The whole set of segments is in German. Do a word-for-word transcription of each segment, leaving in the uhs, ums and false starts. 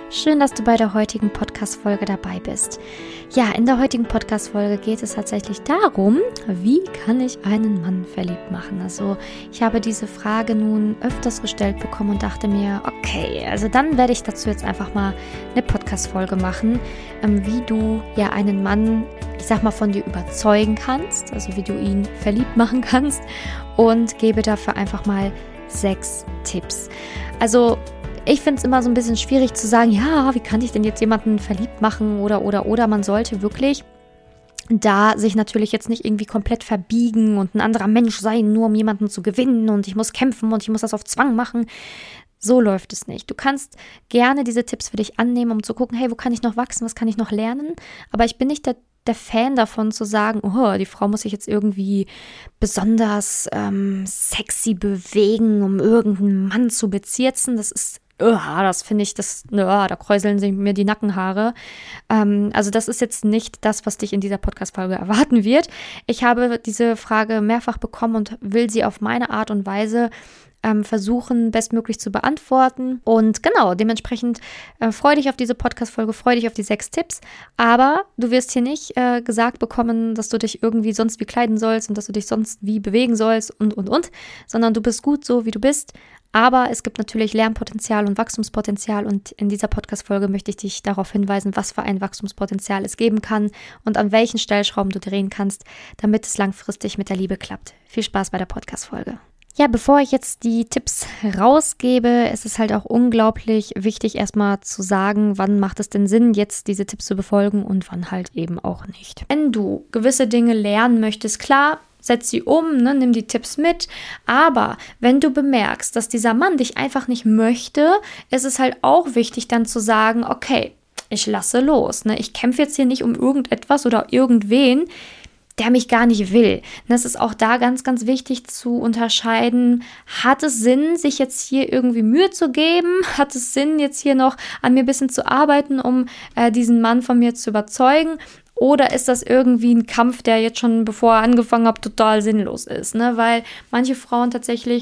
Schön, dass du bei der heutigen Podcast-Folge dabei bist. Ja, in der heutigen Podcast-Folge geht es tatsächlich darum, wie kann ich einen Mann verliebt machen? Also ich habe diese Frage nun öfters gestellt bekommen und dachte mir, okay, also dann werde ich dazu jetzt einfach mal eine Podcast-Folge machen, wie du ja einen Mann, ich sag mal, von dir überzeugen kannst, also wie du ihn verliebt machen kannst, und gebe dafür einfach mal sechs Tipps. Also ich finde es immer so ein bisschen schwierig zu sagen, ja, wie kann ich denn jetzt jemanden verliebt machen oder, oder, oder. Man sollte wirklich da sich natürlich jetzt nicht irgendwie komplett verbiegen und ein anderer Mensch sein, nur um jemanden zu gewinnen und ich muss kämpfen und ich muss das auf Zwang machen. So läuft es nicht. Du kannst gerne diese Tipps für dich annehmen, um zu gucken, hey, wo kann ich noch wachsen, was kann ich noch lernen? Aber ich bin nicht der der Fan davon zu sagen, oh, die Frau muss sich jetzt irgendwie besonders ähm, sexy bewegen, um irgendeinen Mann zu bezirzen. Das ist, oh, das finde ich, das, oh, da kräuseln sich mir die Nackenhaare. Ähm, also das ist jetzt nicht das, was dich in dieser Podcast-Folge erwarten wird. Ich habe diese Frage mehrfach bekommen und will sie auf meine Art und Weise Ähm, versuchen, bestmöglich zu beantworten. Und genau, dementsprechend äh, freu dich auf diese Podcast-Folge, freu dich auf die sechs Tipps. Aber du wirst hier nicht äh, gesagt bekommen, dass du dich irgendwie sonst wie kleiden sollst und dass du dich sonst wie bewegen sollst und, und, und, sondern du bist gut so, wie du bist. Aber es gibt natürlich Lernpotenzial und Wachstumspotenzial und in dieser Podcast-Folge möchte ich dich darauf hinweisen, was für ein Wachstumspotenzial es geben kann und an welchen Stellschrauben du drehen kannst, damit es langfristig mit der Liebe klappt. Viel Spaß bei der Podcast-Folge. Ja, bevor ich jetzt die Tipps rausgebe, ist es halt auch unglaublich wichtig, erstmal zu sagen, wann macht es denn Sinn, jetzt diese Tipps zu befolgen und wann halt eben auch nicht. Wenn du gewisse Dinge lernen möchtest, klar, setz sie um, ne, nimm die Tipps mit, aber wenn du bemerkst, dass dieser Mann dich einfach nicht möchte, ist es halt auch wichtig dann zu sagen, okay, ich lasse los, ne, ich kämpfe jetzt hier nicht um irgendetwas oder irgendwen, der mich gar nicht will. Das ist auch da ganz, ganz wichtig zu unterscheiden. Hat es Sinn, sich jetzt hier irgendwie Mühe zu geben? Hat es Sinn, jetzt hier noch an mir ein bisschen zu arbeiten, um äh, diesen Mann von mir zu überzeugen? Oder ist das irgendwie ein Kampf, der jetzt schon, bevor er angefangen hat, total sinnlos ist? Ne? Weil manche Frauen tatsächlich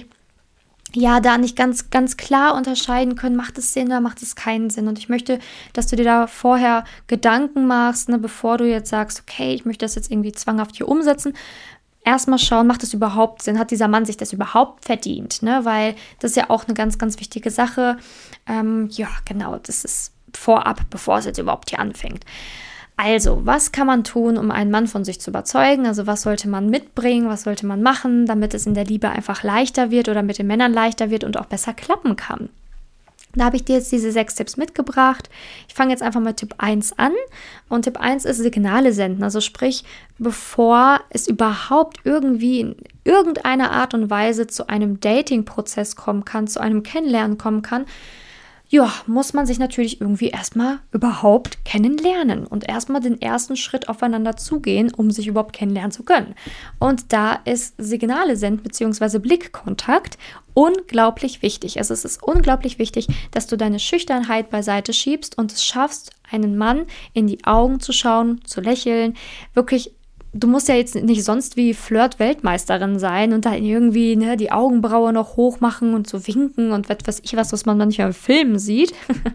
ja da nicht ganz, ganz klar unterscheiden können, macht es Sinn oder macht es keinen Sinn. Und ich möchte, dass du dir da vorher Gedanken machst, ne, bevor du jetzt sagst, okay, ich möchte das jetzt irgendwie zwanghaft hier umsetzen. Erstmal schauen, macht es überhaupt Sinn? Hat dieser Mann sich das überhaupt verdient? Ne? Weil das ist ja auch eine ganz, ganz wichtige Sache. Ähm, ja, genau, das ist vorab, bevor es jetzt überhaupt hier anfängt. Also, was kann man tun, um einen Mann von sich zu überzeugen? Also, was sollte man mitbringen, was sollte man machen, damit es in der Liebe einfach leichter wird oder mit den Männern leichter wird und auch besser klappen kann? Da habe ich dir jetzt diese sechs Tipps mitgebracht. Ich fange jetzt einfach mal Tipp eins an. Und Tipp eins ist Signale senden. Also sprich, bevor es überhaupt irgendwie in irgendeiner Art und Weise zu einem Dating-Prozess kommen kann, zu einem Kennenlernen kommen kann, ja, muss man sich natürlich irgendwie erstmal überhaupt kennenlernen und erstmal den ersten Schritt aufeinander zugehen, um sich überhaupt kennenlernen zu können. Und da ist Signale senden bzw. Blickkontakt unglaublich wichtig. Also es ist unglaublich wichtig, dass du deine Schüchternheit beiseite schiebst und es schaffst, einen Mann in die Augen zu schauen, zu lächeln, wirklich. Du musst ja jetzt nicht sonst wie Flirt-Weltmeisterin sein und da irgendwie ne, die Augenbraue noch hoch machen und so winken und was weiß ich was, was man manchmal in Filmen sieht.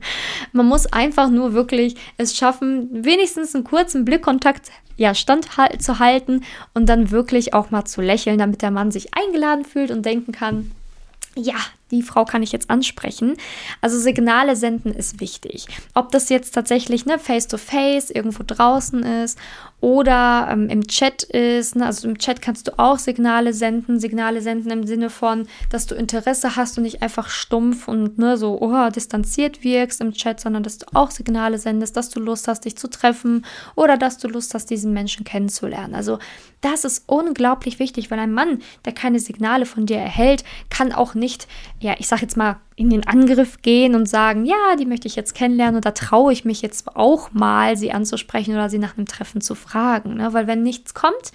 Man muss einfach nur wirklich es schaffen, wenigstens einen kurzen Blickkontakt ja, standzuhalten und dann wirklich auch mal zu lächeln, damit der Mann sich eingeladen fühlt und denken kann, ja, die Frau kann ich jetzt ansprechen. Also Signale senden ist wichtig. Ob das jetzt tatsächlich ne, face-to-face irgendwo draußen ist oder ähm, im Chat ist. Ne? Also im Chat kannst du auch Signale senden. Signale senden im Sinne von, dass du Interesse hast und nicht einfach stumpf und ne, so oh, distanziert wirkst im Chat, sondern dass du auch Signale sendest, dass du Lust hast, dich zu treffen oder dass du Lust hast, diesen Menschen kennenzulernen. Also das ist unglaublich wichtig, weil ein Mann, der keine Signale von dir erhält, kann auch nicht, ja, ich sag jetzt mal, in den Angriff gehen und sagen, ja, die möchte ich jetzt kennenlernen und da traue ich mich jetzt auch mal, sie anzusprechen oder sie nach einem Treffen zu fragen, ne? Weil wenn nichts kommt,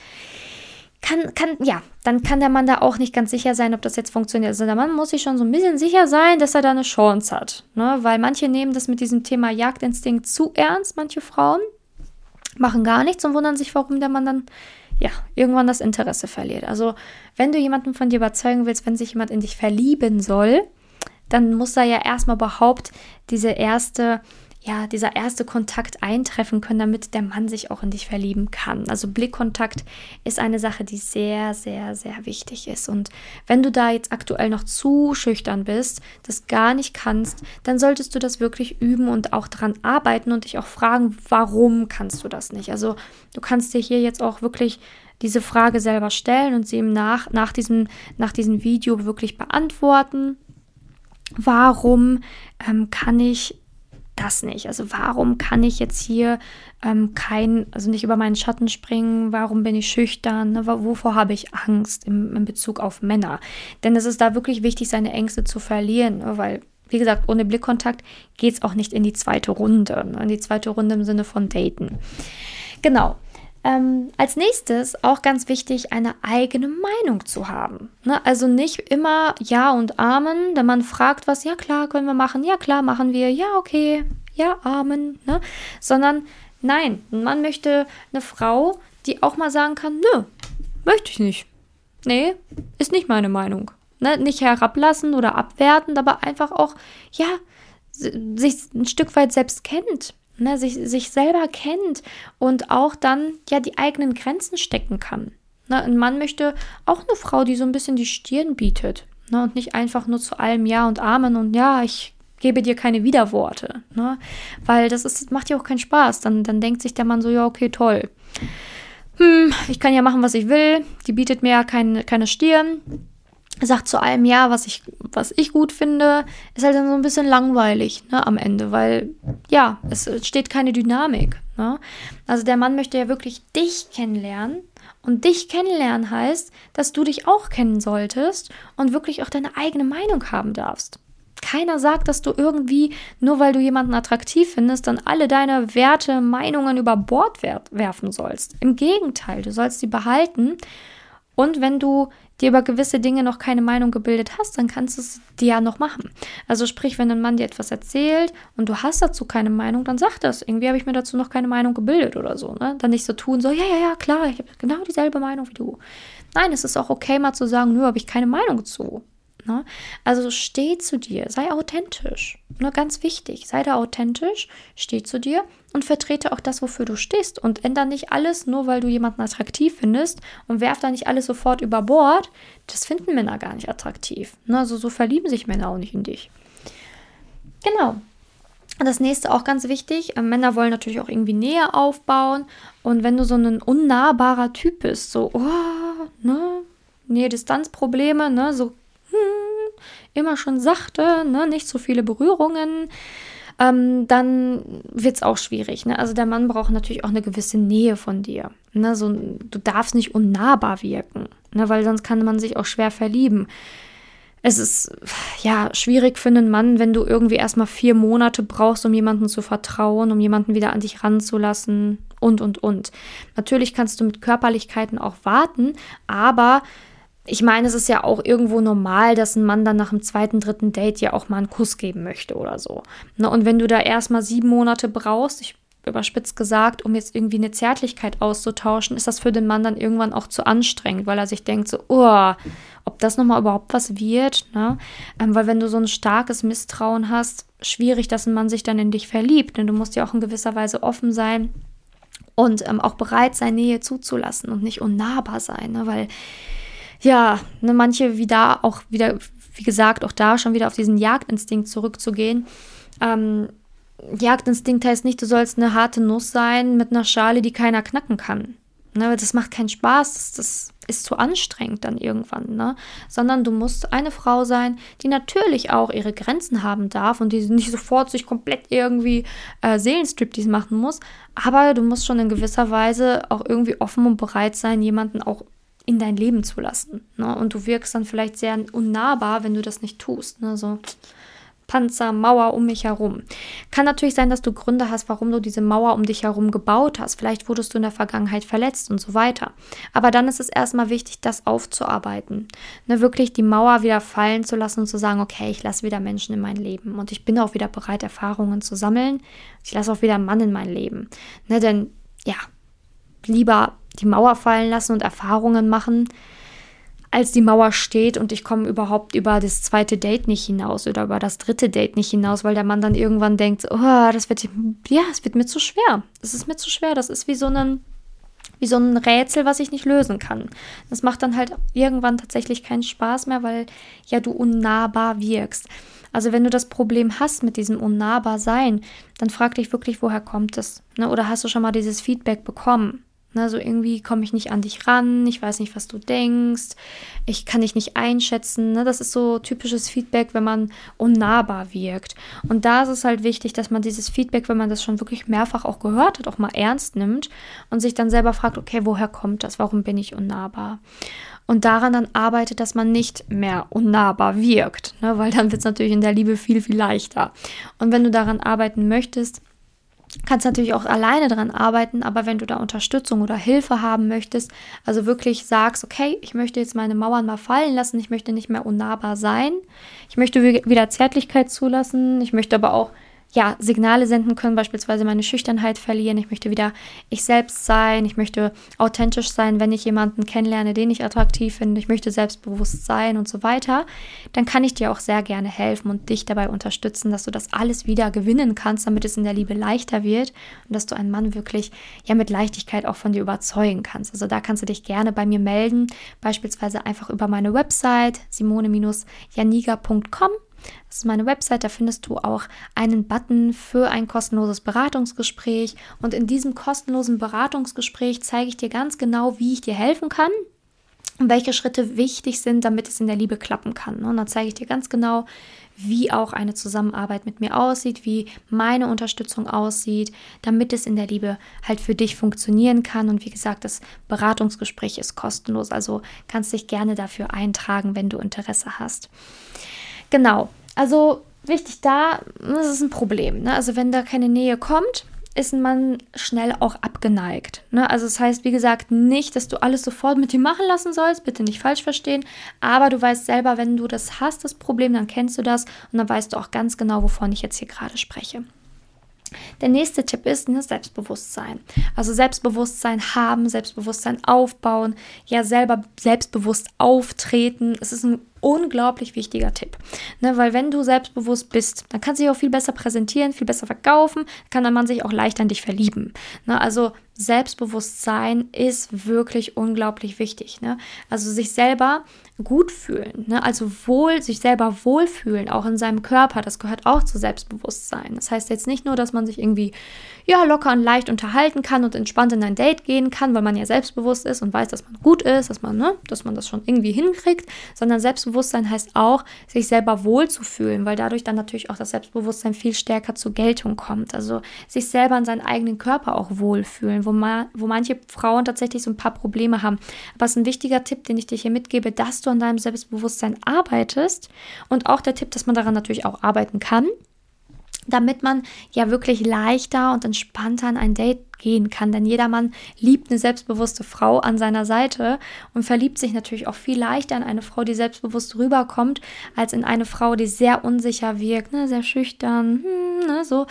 kann, kann, ja, dann kann der Mann da auch nicht ganz sicher sein, ob das jetzt funktioniert. Also der Mann muss sich schon so ein bisschen sicher sein, dass er da eine Chance hat, ne? Weil manche nehmen das mit diesem Thema Jagdinstinkt zu ernst, manche Frauen machen gar nichts und wundern sich, warum der Mann dann ja, irgendwann das Interesse verliert. Also wenn du jemanden von dir überzeugen willst, wenn sich jemand in dich verlieben soll, dann muss da ja erstmal überhaupt diese erste ja, dieser erste Kontakt eintreffen können, damit der Mann sich auch in dich verlieben kann. Also Blickkontakt ist eine Sache, die sehr, sehr, sehr wichtig ist. Und wenn du da jetzt aktuell noch zu schüchtern bist, das gar nicht kannst, dann solltest du das wirklich üben und auch dran arbeiten und dich auch fragen, warum kannst du das nicht? Also du kannst dir hier jetzt auch wirklich diese Frage selber stellen und sie im nach, nach, diesem, nach diesem Video wirklich beantworten. Warum ähm, kann ich das nicht? Also warum kann ich jetzt hier ähm, kein, also nicht über meinen Schatten springen? Warum bin ich schüchtern? Ne? Wovor habe ich Angst im, in Bezug auf Männer? Denn es ist da wirklich wichtig, seine Ängste zu verlieren, ne? Weil, wie gesagt, ohne Blickkontakt geht es auch nicht in die zweite Runde, ne? In die zweite Runde im Sinne von Daten. Genau. Ähm, als nächstes auch ganz wichtig, eine eigene Meinung zu haben. Ne? Also nicht immer Ja und Amen, wenn man fragt, was, ja klar, können wir machen, ja klar, machen wir, ja okay, ja, Amen, ne? Sondern nein, man möchte eine Frau, die auch mal sagen kann, nö, möchte ich nicht. Nee, ist nicht meine Meinung. Ne? Nicht herablassen oder abwertend, aber einfach auch, ja, sich ein Stück weit selbst kennt. Ne, sich, sich selber kennt und auch dann ja die eigenen Grenzen stecken kann. Ne, ein Mann möchte auch eine Frau, die so ein bisschen die Stirn bietet, ne, und nicht einfach nur zu allem Ja und Amen und ja, ich gebe dir keine Widerworte. Ne, weil das ist, macht ja auch keinen Spaß. Dann, dann denkt sich der Mann so, ja, okay, toll. Hm, ich kann ja machen, was ich will. Die bietet mir ja keine, keine Stirn. Sagt zu allem Ja, was ich, was ich gut finde, ist halt dann so ein bisschen langweilig, ne, am Ende, weil, ja, es steht keine Dynamik, ne? Also der Mann möchte ja wirklich dich kennenlernen und dich kennenlernen heißt, dass du dich auch kennen solltest und wirklich auch deine eigene Meinung haben darfst. Keiner sagt, dass du irgendwie, nur weil du jemanden attraktiv findest, dann alle deine Werte, Meinungen über Bord wer- werfen sollst. Im Gegenteil, du sollst sie behalten. Und wenn du dir über gewisse Dinge noch keine Meinung gebildet hast, dann kannst du es dir ja noch machen. Also sprich, wenn ein Mann dir etwas erzählt und du hast dazu keine Meinung, dann sag das. Irgendwie habe ich mir dazu noch keine Meinung gebildet oder so. Ne? Dann nicht so tun, so, ja, ja, ja, klar, ich habe genau dieselbe Meinung wie du. Nein, es ist auch okay, mal zu sagen, nö, habe ich keine Meinung zu. Ne? Also steh zu dir, sei authentisch. Nur ganz wichtig, sei da authentisch, steh zu dir und vertrete auch das, wofür du stehst. Und ändere nicht alles, nur weil du jemanden attraktiv findest und werf da nicht alles sofort über Bord. Das finden Männer gar nicht attraktiv. Ne? Also so verlieben sich Männer auch nicht in dich. Genau. Das nächste auch ganz wichtig, äh, Männer wollen natürlich auch irgendwie Nähe aufbauen. Und wenn du so ein unnahbarer Typ bist, so, oh, ne, Nähe-Distanz-Probleme, ne, so, hm, immer schon sachte, ne, nicht so viele Berührungen, ähm, dann wird es auch schwierig. Ne? Also der Mann braucht natürlich auch eine gewisse Nähe von dir. Ne? So, du darfst nicht unnahbar wirken, ne? Weil sonst kann man sich auch schwer verlieben. Es ist ja schwierig für einen Mann, wenn du irgendwie erstmal vier Monate brauchst, um jemanden zu vertrauen, um jemanden wieder an dich ranzulassen und, und, und. Natürlich kannst du mit Körperlichkeiten auch warten, aber ich meine, es ist ja auch irgendwo normal, dass ein Mann dann nach dem zweiten, dritten Date ja auch mal einen Kuss geben möchte oder so. Ne? Und wenn du da erstmal sieben Monate brauchst, ich überspitzt gesagt, um jetzt irgendwie eine Zärtlichkeit auszutauschen, ist das für den Mann dann irgendwann auch zu anstrengend, weil er sich denkt so, oh, ob das nochmal überhaupt was wird, ne? Ähm, weil wenn du so ein starkes Misstrauen hast, schwierig, dass ein Mann sich dann in dich verliebt, denn du musst ja auch in gewisser Weise offen sein und ähm, auch bereit sein, Nähe zuzulassen und nicht unnahbar sein, ne? Weil ja, ne, manche wie da auch wieder, wie gesagt, auch da schon wieder auf diesen Jagdinstinkt zurückzugehen. Ähm, Jagdinstinkt heißt nicht, du sollst eine harte Nuss sein mit einer Schale, die keiner knacken kann. Ne, das macht keinen Spaß, das, das ist zu anstrengend dann irgendwann. Ne? Sondern du musst eine Frau sein, die natürlich auch ihre Grenzen haben darf und die nicht sofort sich komplett irgendwie äh, Seelenstriptease machen muss. Aber du musst schon in gewisser Weise auch irgendwie offen und bereit sein, jemanden auch in dein Leben zu lassen. Ne? Und du wirkst dann vielleicht sehr unnahbar, wenn du das nicht tust. Ne? So Panzer, Mauer um mich herum. Kann natürlich sein, dass du Gründe hast, warum du diese Mauer um dich herum gebaut hast. Vielleicht wurdest du in der Vergangenheit verletzt und so weiter. Aber dann ist es erstmal wichtig, das aufzuarbeiten. Ne? Wirklich die Mauer wieder fallen zu lassen und zu sagen, okay, ich lasse wieder Menschen in mein Leben. Und ich bin auch wieder bereit, Erfahrungen zu sammeln. Ich lasse auch wieder einen Mann in mein Leben. Ne? Denn, ja, lieber die Mauer fallen lassen und Erfahrungen machen, als die Mauer steht und ich komme überhaupt über das zweite Date nicht hinaus oder über das dritte Date nicht hinaus, weil der Mann dann irgendwann denkt, oh, das wird, ja, es wird mir zu schwer. Das ist mir zu schwer. Das ist wie so ein, wie so ein Rätsel, was ich nicht lösen kann. Das macht dann halt irgendwann tatsächlich keinen Spaß mehr, weil ja du unnahbar wirkst. Also wenn du das Problem hast mit diesem Unnahbar-Sein, dann frag dich wirklich, woher kommt es? Ne? Oder hast du schon mal dieses Feedback bekommen? Ne, so irgendwie komme ich nicht an dich ran, ich weiß nicht, was du denkst, ich kann dich nicht einschätzen. Ne? Das ist so typisches Feedback, wenn man unnahbar wirkt. Und da ist es halt wichtig, dass man dieses Feedback, wenn man das schon wirklich mehrfach auch gehört hat, auch mal ernst nimmt und sich dann selber fragt, okay, woher kommt das? Warum bin ich unnahbar? Und daran dann arbeitet, dass man nicht mehr unnahbar wirkt, ne? Weil dann wird es natürlich in der Liebe viel, viel leichter. Und wenn du daran arbeiten möchtest, kannst natürlich auch alleine daran arbeiten, aber wenn du da Unterstützung oder Hilfe haben möchtest, also wirklich sagst, okay, ich möchte jetzt meine Mauern mal fallen lassen, ich möchte nicht mehr unnahbar sein, ich möchte wieder Zärtlichkeit zulassen, ich möchte aber auch ja, Signale senden können, beispielsweise meine Schüchternheit verlieren, ich möchte wieder ich selbst sein, ich möchte authentisch sein, wenn ich jemanden kennenlerne, den ich attraktiv finde, ich möchte selbstbewusst sein und so weiter, dann kann ich dir auch sehr gerne helfen und dich dabei unterstützen, dass du das alles wieder gewinnen kannst, damit es in der Liebe leichter wird und dass du einen Mann wirklich ja mit Leichtigkeit auch von dir überzeugen kannst. Also da kannst du dich gerne bei mir melden, beispielsweise einfach über meine Website simone Bindestrich janiga Punkt com. Das ist meine Website, da findest du auch einen Button für ein kostenloses Beratungsgespräch und in diesem kostenlosen Beratungsgespräch zeige ich dir ganz genau, wie ich dir helfen kann und welche Schritte wichtig sind, damit es in der Liebe klappen kann. Und dann zeige ich dir ganz genau, wie auch eine Zusammenarbeit mit mir aussieht, wie meine Unterstützung aussieht, damit es in der Liebe halt für dich funktionieren kann. Und wie gesagt, das Beratungsgespräch ist kostenlos, also kannst dich gerne dafür eintragen, wenn du Interesse hast. Genau, also wichtig da, das ist ein Problem. Ne? Also wenn da keine Nähe kommt, ist ein Mann schnell auch abgeneigt. Ne? Also das heißt, wie gesagt, nicht, dass du alles sofort mit ihm machen lassen sollst, bitte nicht falsch verstehen, aber du weißt selber, wenn du das hast, das Problem, dann kennst du das und dann weißt du auch ganz genau, wovon ich jetzt hier gerade spreche. Der nächste Tipp ist ne, Selbstbewusstsein. Also Selbstbewusstsein haben, Selbstbewusstsein aufbauen, ja selber selbstbewusst auftreten. Es ist ein unglaublich wichtiger Tipp, ne, weil wenn du selbstbewusst bist, dann kannst du dich auch viel besser präsentieren, viel besser verkaufen, kann der Mann sich auch leichter in dich verlieben. Ne, also Selbstbewusstsein ist wirklich unglaublich wichtig. Ne? Also sich selber gut fühlen, ne? Also wohl, sich selber wohlfühlen, auch in seinem Körper, das gehört auch zu Selbstbewusstsein. Das heißt jetzt nicht nur, dass man sich irgendwie ja, locker und leicht unterhalten kann und entspannt in ein Date gehen kann, weil man ja selbstbewusst ist und weiß, dass man gut ist, dass man, ne, dass man das schon irgendwie hinkriegt, sondern Selbstbewusstsein heißt auch, sich selber wohlzufühlen, weil dadurch dann natürlich auch das Selbstbewusstsein viel stärker zur Geltung kommt. Also sich selber in seinen eigenen Körper auch wohlfühlen, wo, ma- wo manche Frauen tatsächlich so ein paar Probleme haben. Aber es ist ein wichtiger Tipp, den ich dir hier mitgebe, dass du an deinem Selbstbewusstsein arbeitest und auch der Tipp, dass man daran natürlich auch arbeiten kann, damit man ja wirklich leichter und entspannter an ein Date gehen kann. Denn jeder Mann liebt eine selbstbewusste Frau an seiner Seite und verliebt sich natürlich auch viel leichter in eine Frau, die selbstbewusst rüberkommt, als in eine Frau, die sehr unsicher wirkt, ne, sehr schüchtern, hm, ne, so.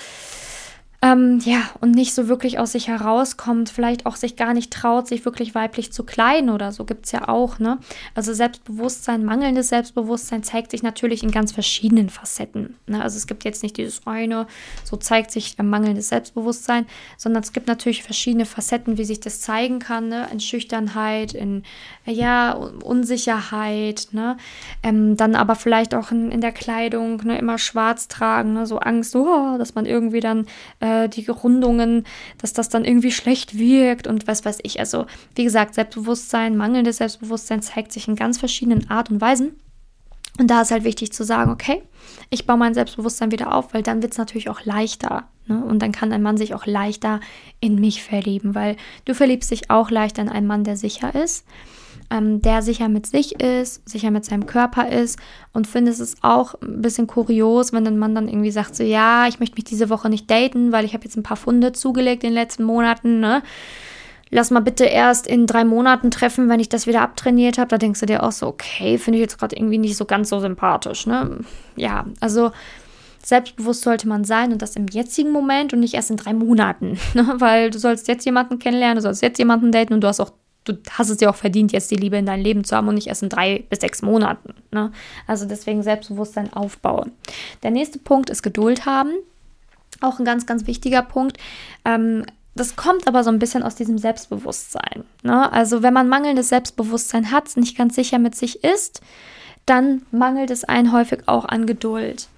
Ähm, ja, und nicht so wirklich aus sich herauskommt, vielleicht auch sich gar nicht traut, sich wirklich weiblich zu kleiden oder so, gibt es ja auch, ne? Also Selbstbewusstsein, mangelndes Selbstbewusstsein zeigt sich natürlich in ganz verschiedenen Facetten, ne? Also es gibt jetzt nicht dieses eine, so zeigt sich ein mangelndes Selbstbewusstsein, sondern es gibt natürlich verschiedene Facetten, wie sich das zeigen kann, ne? In Schüchternheit, in, ja, Unsicherheit, ne? Ähm, dann aber vielleicht auch in, in der Kleidung, ne? Immer schwarz tragen, ne? So Angst, oh, dass man irgendwie dann äh, die Rundungen, dass das dann irgendwie schlecht wirkt und was weiß ich. Also wie gesagt, Selbstbewusstsein, mangelndes Selbstbewusstsein zeigt sich in ganz verschiedenen Art und Weisen. Und da ist halt wichtig zu sagen, okay, ich baue mein Selbstbewusstsein wieder auf, weil dann wird es natürlich auch leichter. Ne? Und dann kann ein Mann sich auch leichter in mich verlieben, weil du verliebst dich auch leichter in einen Mann, der sicher ist. Ähm, der sicher mit sich ist, sicher mit seinem Körper ist und finde es ist auch ein bisschen kurios, wenn ein Mann dann irgendwie sagt so, ja, ich möchte mich diese Woche nicht daten, weil ich habe jetzt ein paar Pfunde zugelegt in den letzten Monaten, ne? Lass mal bitte erst in drei Monaten treffen, wenn ich das wieder abtrainiert habe. Da denkst du dir auch so, okay, finde ich jetzt gerade irgendwie nicht so ganz so sympathisch, ne? Ja, also selbstbewusst sollte man sein und das im jetzigen Moment und nicht erst in drei Monaten, ne? Weil du sollst jetzt jemanden kennenlernen, du sollst jetzt jemanden daten und du hast auch du hast es dir auch verdient, jetzt die Liebe in deinem Leben zu haben und nicht erst in drei bis sechs Monaten. Ne? Also deswegen Selbstbewusstsein aufbauen. Der nächste Punkt ist Geduld haben. Auch ein ganz, ganz wichtiger Punkt. Ähm, das kommt aber so ein bisschen aus diesem Selbstbewusstsein. Ne? Also wenn man mangelndes Selbstbewusstsein hat, nicht ganz sicher mit sich ist, dann mangelt es einen häufig auch an Geduld.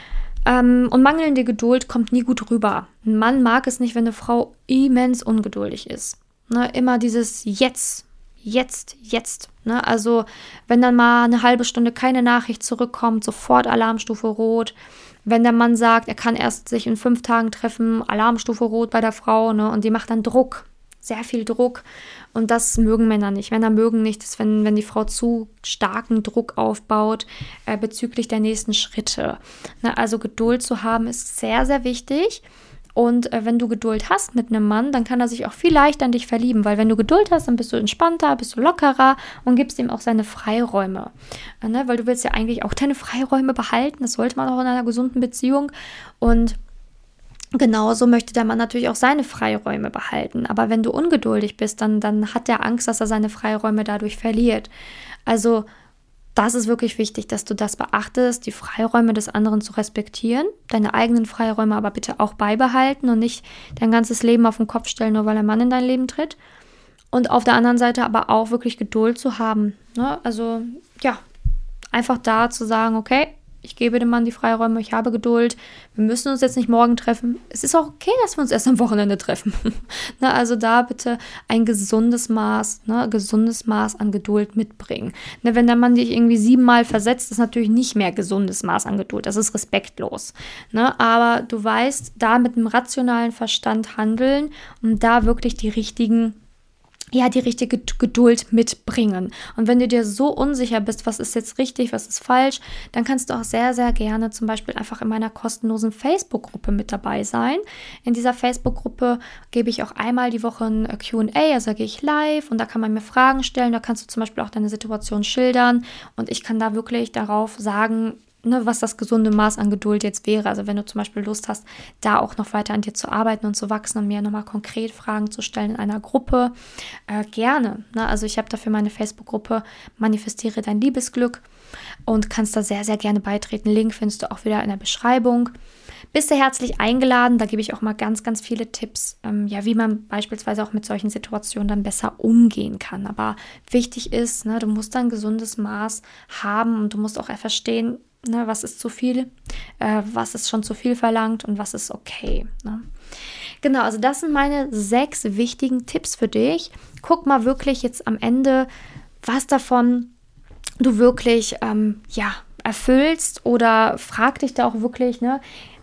Ähm, und mangelnde Geduld kommt nie gut rüber. Ein Mann mag es nicht, wenn eine Frau immens ungeduldig ist. Ne? Immer dieses Jetzt, jetzt, jetzt. Ne? Also wenn dann mal eine halbe Stunde keine Nachricht zurückkommt, sofort Alarmstufe rot. Wenn der Mann sagt, er kann erst sich in fünf Tagen treffen, Alarmstufe rot bei der Frau, ne? Und die macht dann Druck, sehr viel Druck. Und das mögen Männer nicht. Männer mögen nicht, dass wenn, wenn die Frau zu starken Druck aufbaut äh, bezüglich der nächsten Schritte. Ne? Also Geduld zu haben ist sehr, sehr wichtig. Und äh, wenn du Geduld hast mit einem Mann, dann kann er sich auch viel leichter in dich verlieben, weil wenn du Geduld hast, dann bist du entspannter, bist du lockerer und gibst ihm auch seine Freiräume. Äh, ne? Weil du willst ja eigentlich auch deine Freiräume behalten, das sollte man auch in einer gesunden Beziehung. Und genauso möchte der Mann natürlich auch seine Freiräume behalten. Aber wenn du ungeduldig bist, dann, dann hat er Angst, dass er seine Freiräume dadurch verliert. Also das ist wirklich wichtig, dass du das beachtest, die Freiräume des anderen zu respektieren, deine eigenen Freiräume aber bitte auch beibehalten und nicht dein ganzes Leben auf den Kopf stellen, nur weil ein Mann in dein Leben tritt. Und auf der anderen Seite aber auch wirklich Geduld zu haben. Ne? Also ja, einfach da zu sagen, okay, ich gebe dem Mann die Freiräume, ich habe Geduld, wir müssen uns jetzt nicht morgen treffen. Es ist auch okay, dass wir uns erst am Wochenende treffen. Ne, also da bitte ein gesundes Maß, ne, gesundes Maß an Geduld mitbringen. Ne, wenn der Mann dich irgendwie siebenmal versetzt, ist natürlich nicht mehr gesundes Maß an Geduld. Das ist respektlos. Ne, aber du weißt, da mit einem rationalen Verstand handeln und da wirklich die richtigen ja, die richtige Geduld mitbringen. Und wenn du dir so unsicher bist, was ist jetzt richtig, was ist falsch, dann kannst du auch sehr, sehr gerne zum Beispiel einfach in meiner kostenlosen Facebook-Gruppe mit dabei sein. In dieser Facebook-Gruppe gebe ich auch einmal die Woche ein Q und A, also da gehe ich live und da kann man mir Fragen stellen, da kannst du zum Beispiel auch deine Situation schildern und ich kann da wirklich darauf sagen, Ne, was das gesunde Maß an Geduld jetzt wäre. Also wenn du zum Beispiel Lust hast, da auch noch weiter an dir zu arbeiten und zu wachsen und mir nochmal konkret Fragen zu stellen in einer Gruppe, äh, gerne. Ne? Also ich habe dafür meine Facebook-Gruppe Manifestiere dein Liebesglück und kannst da sehr, sehr gerne beitreten. Link findest du auch wieder in der Beschreibung. Bist du herzlich eingeladen, da gebe ich auch mal ganz, ganz viele Tipps, ähm, ja, wie man beispielsweise auch mit solchen Situationen dann besser umgehen kann. Aber wichtig ist, ne, du musst ein gesundes Maß haben und du musst auch verstehen, ne, was ist zu viel, äh, was ist schon zu viel verlangt und was ist okay. Ne? Genau, also das sind meine sechs wichtigen Tipps für dich. Guck mal wirklich jetzt am Ende, was davon du wirklich ähm, ja, erfüllst oder frag dich da auch wirklich, ne,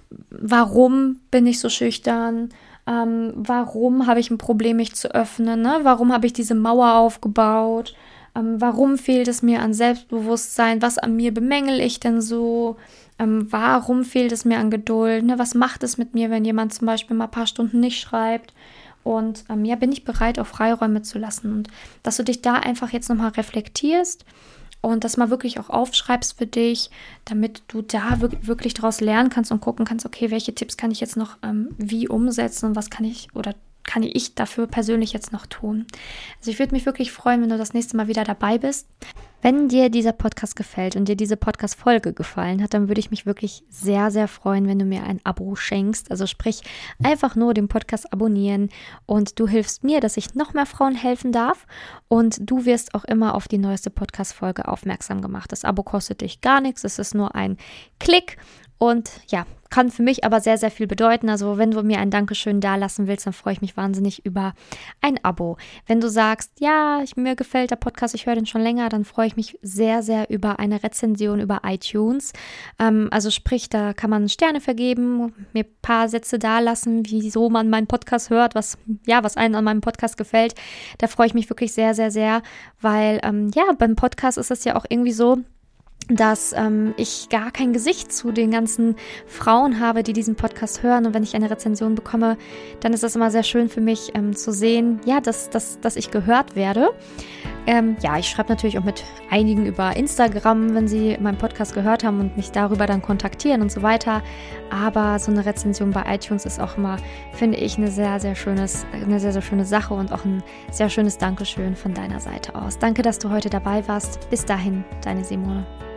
warum bin ich so schüchtern? Ähm, warum habe ich ein Problem, mich zu öffnen? Ne? Warum habe ich diese Mauer aufgebaut? Ähm, warum fehlt es mir an Selbstbewusstsein? Was an mir bemängel ich denn so? Ähm, warum fehlt es mir an Geduld? Ne? Was macht es mit mir, wenn jemand zum Beispiel mal ein paar Stunden nicht schreibt? Und ähm, ja, bin ich bereit, auch Freiräume zu lassen? Und dass du dich da einfach jetzt nochmal reflektierst und das mal wirklich auch aufschreibst für dich, damit du da wirklich daraus lernen kannst und gucken kannst, okay, welche Tipps kann ich jetzt noch ähm, wie umsetzen und was kann ich oder kann ich dafür persönlich jetzt noch tun. Also ich würde mich wirklich freuen, wenn du das nächste Mal wieder dabei bist. Wenn dir dieser Podcast gefällt und dir diese Podcast-Folge gefallen hat, dann würde ich mich wirklich sehr, sehr freuen, wenn du mir ein Abo schenkst. Also sprich, einfach nur den Podcast abonnieren und du hilfst mir, dass ich noch mehr Frauen helfen darf und du wirst auch immer auf die neueste Podcast-Folge aufmerksam gemacht. Das Abo kostet dich gar nichts, es ist nur ein Klick und ja, kann für mich aber sehr, sehr viel bedeuten. Also wenn du mir ein Dankeschön dalassen willst, dann freue ich mich wahnsinnig über ein Abo. Wenn du sagst, ja, ich, mir gefällt der Podcast, ich höre den schon länger, dann freue ich mich sehr, sehr über eine Rezension über iTunes. Ähm, also sprich, da kann man Sterne vergeben, mir ein paar Sätze dalassen, wieso man meinen Podcast hört, was, ja, was einem an meinem Podcast gefällt. Da freue ich mich wirklich sehr, sehr, sehr, weil ähm, ja, beim Podcast ist es ja auch irgendwie so, dass ähm, ich gar kein Gesicht zu den ganzen Frauen habe, die diesen Podcast hören. Und wenn ich eine Rezension bekomme, dann ist das immer sehr schön für mich ähm, zu sehen, ja, dass, dass, dass ich gehört werde. Ähm, ja, ich schreibe natürlich auch mit einigen über Instagram, wenn sie meinen Podcast gehört haben und mich darüber dann kontaktieren und so weiter. Aber so eine Rezension bei iTunes ist auch immer, finde ich, eine sehr, sehr schönes, eine sehr, sehr schöne Sache und auch ein sehr schönes Dankeschön von deiner Seite aus. Danke, dass du heute dabei warst. Bis dahin, deine Simone.